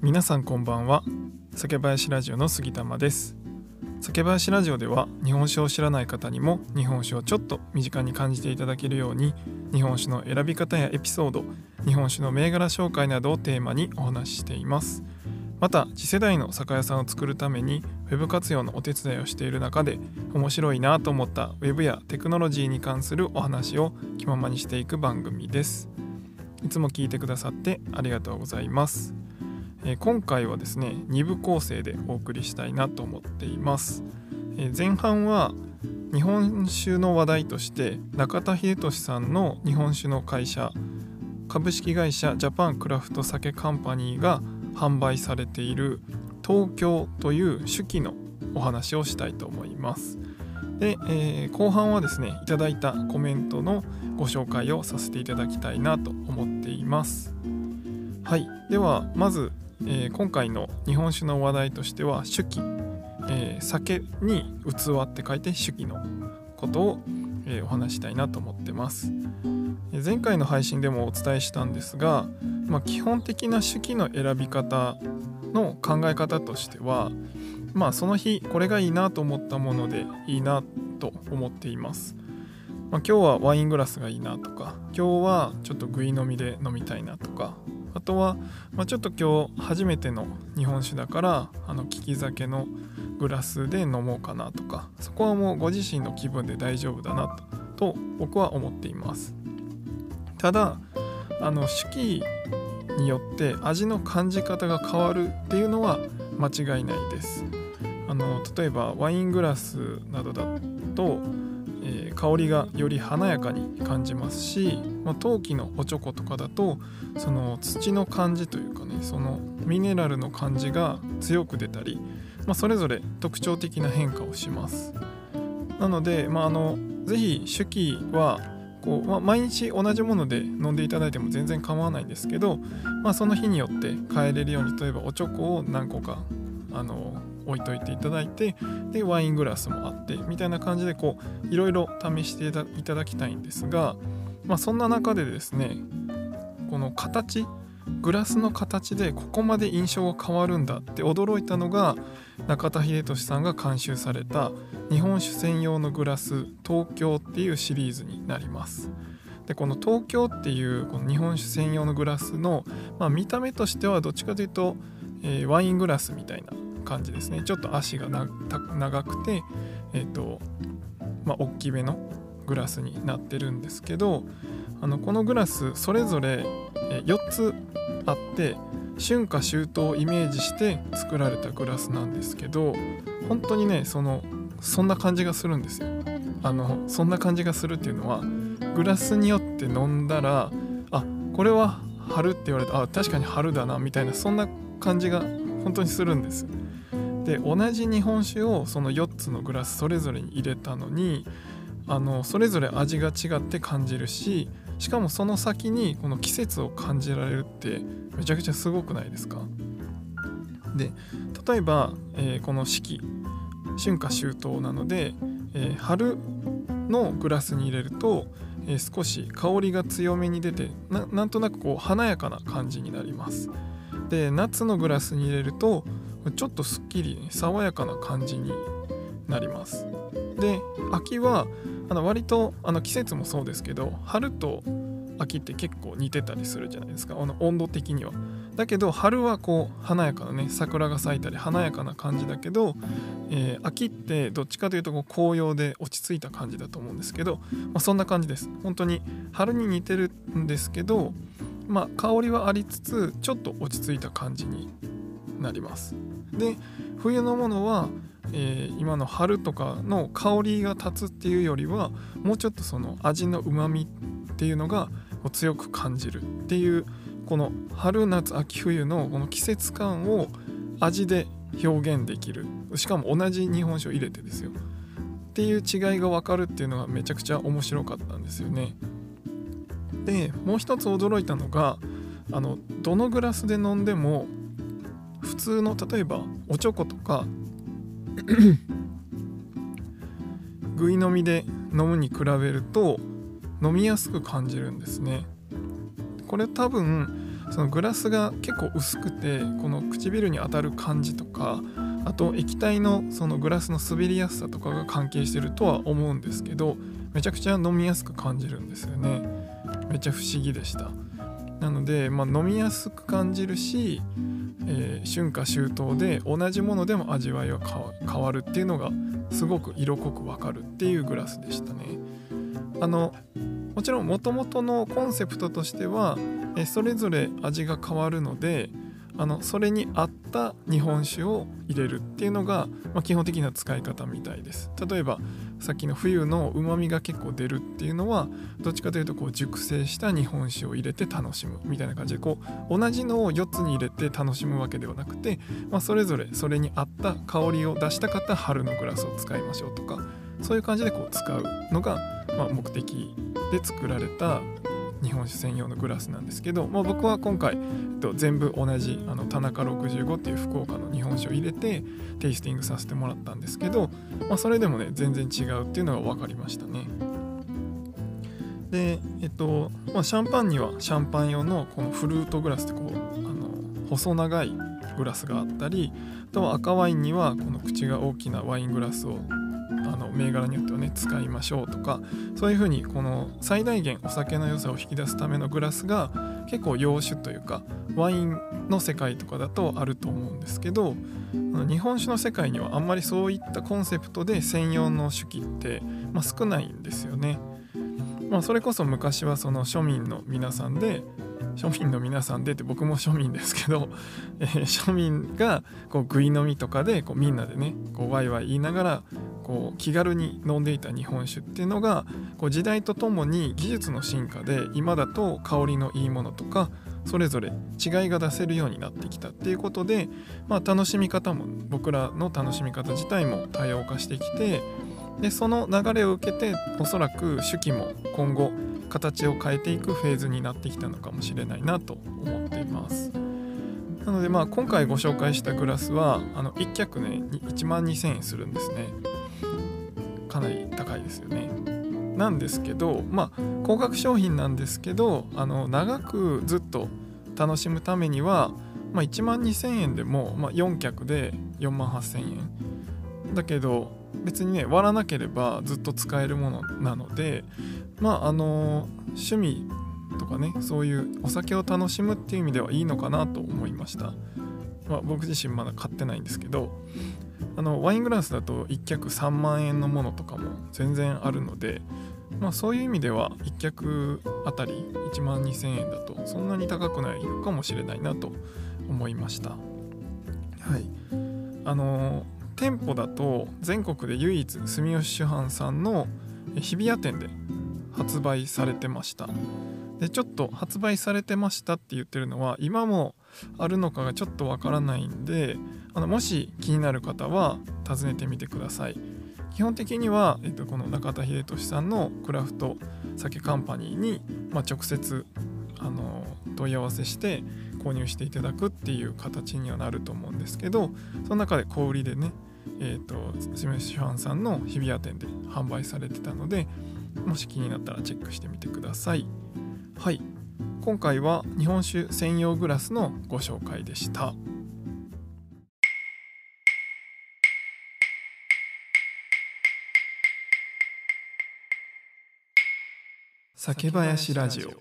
皆さんこんばんは。酒林ラジオの杉玉です。酒林ラジオでは日本酒を知らない方にも日本酒をちょっと身近に感じていただけるように、日本酒の選び方やエピソード、日本酒の銘柄紹介などをテーマにお話ししています。また次世代の酒屋さんを作るためにウェブ活用のお手伝いをしている中で、面白いなと思ったウェブやテクノロジーに関するお話を気ままにしていく番組です。いつも聞いてくださってありがとうございます。今回はですね、2部構成でお送りしたいなと思っています。前半は日本酒の話題として中田英寿さんの日本酒の会社株式会社ジャパンクラフト酒カンパニーが販売されている東京という酒器のお話をしたいと思います。で、後半はですね、いただいたコメントのご紹介をさせていただきたいなと思っています。はい、ではまず今回の日本酒の話題としては酒器、酒に器って書いて酒器のことを、お話したいなと思ってます。前回の配信でもお伝えしたんですが、基本的な酒器の選び方の考え方としては、その日これがいいなと思ったものでいいなと思っています。今日はワイングラスがいいなとか、今日はちょっとぐい飲みで飲みたいなとか、あとは、ちょっと今日初めての日本酒だから利き酒のグラスで飲もうかなとか、そこはもうご自身の気分で大丈夫だなと僕は思っています。ただ酒器によって味の感じ方が変わるっていうのは間違いないです。例えばワイングラスなどだと香りがより華やかに感じますし、陶器のおちょことかだとその土の感じというかね、そのミネラルの感じが強く出たり、それぞれ特徴的な変化をします。なので、ぜひ酒器は毎日同じもので飲んでいただいても全然構わないんですけど、その日によって変えれるように、例えばおちょこを何個か置いといていただいて、でワイングラスもあってみたいな感じでいろいろ試していただきたいんですが、そんな中でですね、この形、グラスの形でここまで印象が変わるんだって驚いたのが、中田英寿さんが監修された日本酒専用のグラス東京っていうシリーズになります。でこの東京っていうこの日本酒専用のグラスの、見た目としてはどっちかというと、ワイングラスみたいな感じですね。ちょっと足が長くて大きめのグラスになってるんですけど、このグラスそれぞれ4つあって、春夏秋冬をイメージして作られたグラスなんですけど、本当にねそんな感じがするんですよ。そんな感じがするっていうのは、グラスによって飲んだら、これは春って言われた、確かに春だなみたいな、そんな感じが本当にするんです。で同じ日本酒をその4つのグラスそれぞれに入れたのに、それぞれ味が違って感じるし、しかもその先にこの季節を感じられるってめちゃくちゃすごくないですか。で例えば、この四季春夏秋冬なので、春のグラスに入れると、少し香りが強めに出て なんとなく華やかな感じになります。で夏のグラスに入れるとちょっとすっきり爽やかな感じになります。で秋は割と季節もそうですけど、春と秋って結構似てたりするじゃないですか、温度的には。だけど春は華やかなね、桜が咲いたり華やかな感じだけど、秋ってどっちかというと紅葉で落ち着いた感じだと思うんですけど、そんな感じです。本当に春に似てるんですけど、香りはありつつちょっと落ち着いた感じになります。で冬のものは、今の春とかの香りが立つっていうよりは、もうちょっとその味の旨味っていうのが強く感じるっていう、この春夏秋冬のこの季節感を味で表現できる、しかも同じ日本酒を入れてですよっていう違いが分かるっていうのがめちゃくちゃ面白かったんですよね。でもう一つ驚いたのが、どのグラスで飲んでも普通の例えばおちょことかぐい飲みで飲むに比べると飲みやすく感じるんですね。これ多分そのグラスが結構薄くて、この唇に当たる感じとか、あと液体のそのグラスの滑りやすさとかが関係してるとは思うんですけど、めちゃくちゃ飲みやすく感じるんですよね。めっちゃ不思議でした。なので、飲みやすく感じるし、春夏秋冬で同じものでも味わいは変わるっていうのがすごく色濃くわかるっていうグラスでしたね。もちろん元々のコンセプトとしては、それぞれ味が変わるので、それに合った日本酒を入れるっていうのが、基本的な使い方みたいです。例えばさっきの冬の旨味が結構出るっていうのは、どっちかというと熟成した日本酒を入れて楽しむみたいな感じで、同じのを4つに入れて楽しむわけではなくて、それぞれそれに合った香りを出したかったら春のグラスを使いましょうとか、そういう感じで使うのが、目的で作られた日本酒専用のグラスなんですけど、僕は今回、全部同じ田中65っていう福岡の日本酒を入れてテイスティングさせてもらったんですけど、それでもね全然違うっていうのが分かりましたね。で、シャンパンにはシャンパン用のこのフルートグラスって細長いグラスがあったり、あとは赤ワインにはこの口が大きなワイングラスを銘柄によってはね使いましょうとか、そういう風にこの最大限お酒の良さを引き出すためのグラスが結構洋酒というかワインの世界とかだとあると思うんですけど、日本酒の世界にはあんまりそういったコンセプトで専用の酒器って、少ないんですよね。それこそ昔はその庶民の皆さんでって僕も庶民ですけど、庶民が食い飲みとかでみんなでねワイワイ言いながら気軽に飲んでいた日本酒っていうのが時代とともに技術の進化で今だと香りのいいものとかそれぞれ違いが出せるようになってきたっていうことで、楽しみ方も僕らの楽しみ方自体も多様化してきて、でその流れを受けておそらく酒器も今後形を変えていくフェーズになってきたのかもしれないなと思っています。なので今回ご紹介したグラスは1脚ね12,000円するんですね。かなり高いですよね。なんですけど高額商品なんですけど長くずっと楽しむためには、12,000円でも、4脚で48,000円だけど別にね割らなければずっと使えるものなので、趣味とかねそういうお酒を楽しむっていう意味ではいいのかなと思いました。僕自身まだ買ってないんですけど、ワイングラスだと1脚3万円のものとかも全然あるので、そういう意味では1脚あたり12,000円だとそんなに高くないのかもしれないなと思いました。はい。店舗だと全国で唯一住吉酒販さんの日比谷店で発売されてました。でちょっと発売されてましたって言ってるのは今もあるのかがちょっとわからないんで、もし気になる方は訪ねてみてください。基本的には、この中田秀俊さんのクラフト酒カンパニーに、直接問い合わせして購入していただくっていう形にはなると思うんですけど、その中で小売りでね住吉酒販さんの日比谷店で販売されてたので、もし気になったらチェックしてみてください。はい、今回は日本酒専用グラスのご紹介でした。酒林ラジオ。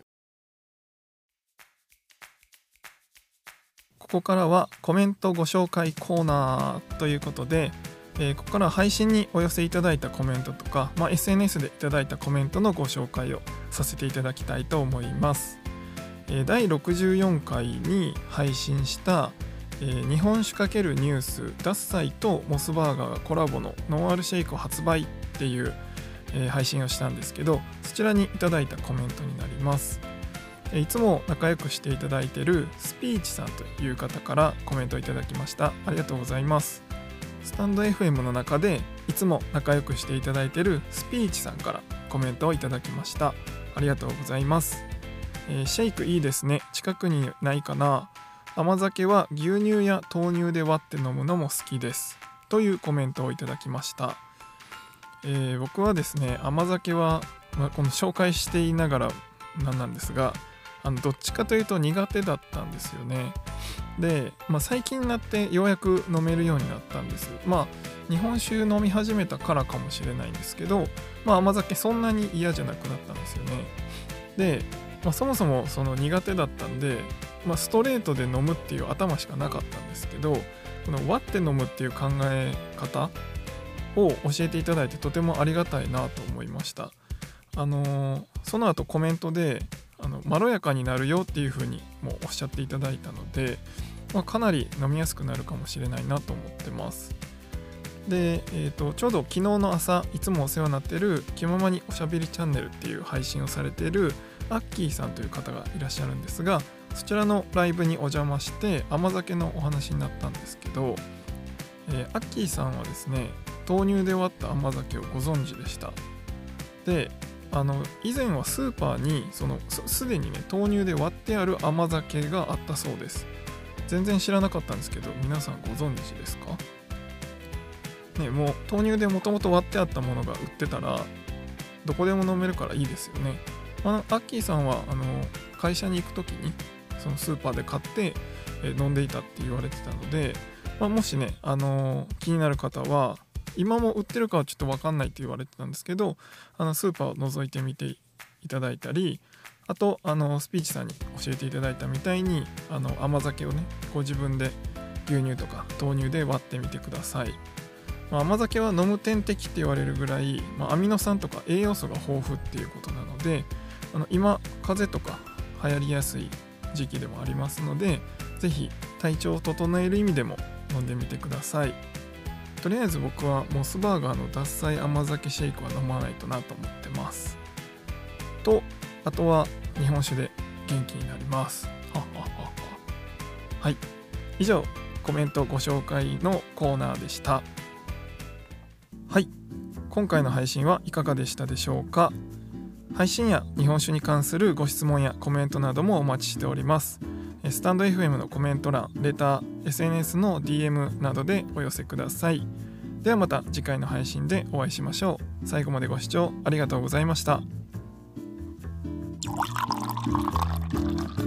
ここからはコメントご紹介コーナーということで、ここからは配信にお寄せいただいたコメントとか、SNS でいただいたコメントのご紹介をさせていただきたいと思います。第64回に配信した、日本酒×ニュースダッサイとモスバーガーコラボのノンアルシェイク発売っていう、配信をしたんですけど、そちらにいただいたコメントになります。いつも仲良くしていただいているスピーチさんという方からコメントをいただきました。ありがとうございます。スタンド FM の中でいつも仲良くしていただいているスピーチさんからコメントをいただきました。ありがとうございます。シェイクいいですね。近くにないかな。甘酒は牛乳や豆乳で割って飲むのも好きですというコメントをいただきました。僕はですね甘酒は、この紹介していながらなんですがどっちかというと苦手だったんですよね。で、最近になってようやく飲めるようになったんです。日本酒飲み始めたからかもしれないんですけど、甘酒そんなに嫌じゃなくなったんですよね。で、そもそもその苦手だったんで、ストレートで飲むっていう頭しかなかったんですけど、この割って飲むっていう考え方を教えていただいてとてもありがたいなと思いました。その後コメントでまろやかになるよっていう風にもおっしゃっていただいたので、かなり飲みやすくなるかもしれないなと思ってます。で、ちょうど昨日の朝いつもお世話になっている気ままにおしゃべりチャンネルっていう配信をされているアッキーさんという方がいらっしゃるんですが、そちらのライブにお邪魔して甘酒のお話になったんですけど、アッキーさんはですね、豆乳で割った甘酒をご存知でした。で、以前はスーパーにすでにね豆乳で割ってある甘酒があったそうです。全然知らなかったんですけど、皆さんご存知ですかね。もう豆乳でもともと割ってあったものが売ってたらどこでも飲めるからいいですよね。アッキーさんは会社に行く時にそのスーパーで買って飲んでいたって言われてたので、もしね気になる方は、今も売ってるかはちょっと分かんないって言われてたんですけど、スーパーを覗いてみていただいたり、あとスピーチさんに教えていただいたみたいに甘酒をねご自分で牛乳とか豆乳で割ってみてください。甘酒は飲む点滴って言われるぐらい、アミノ酸とか栄養素が豊富っていうことなので、今風邪とか流行りやすい時期でもありますので、ぜひ体調を整える意味でも飲んでみてください。とりあえず僕はモスバーガーの獺祭甘酒シェイクは飲まないとなと思ってます。と、あとは日本酒で元気になります。はい、以上コメントご紹介のコーナーでした。はい、今回の配信はいかがでしたでしょうか。配信や日本酒に関するご質問やコメントなどもお待ちしております。スタンド FM のコメント欄、レター、SNS の DM などでお寄せください。ではまた次回の配信でお会いしましょう。最後までご視聴ありがとうございました。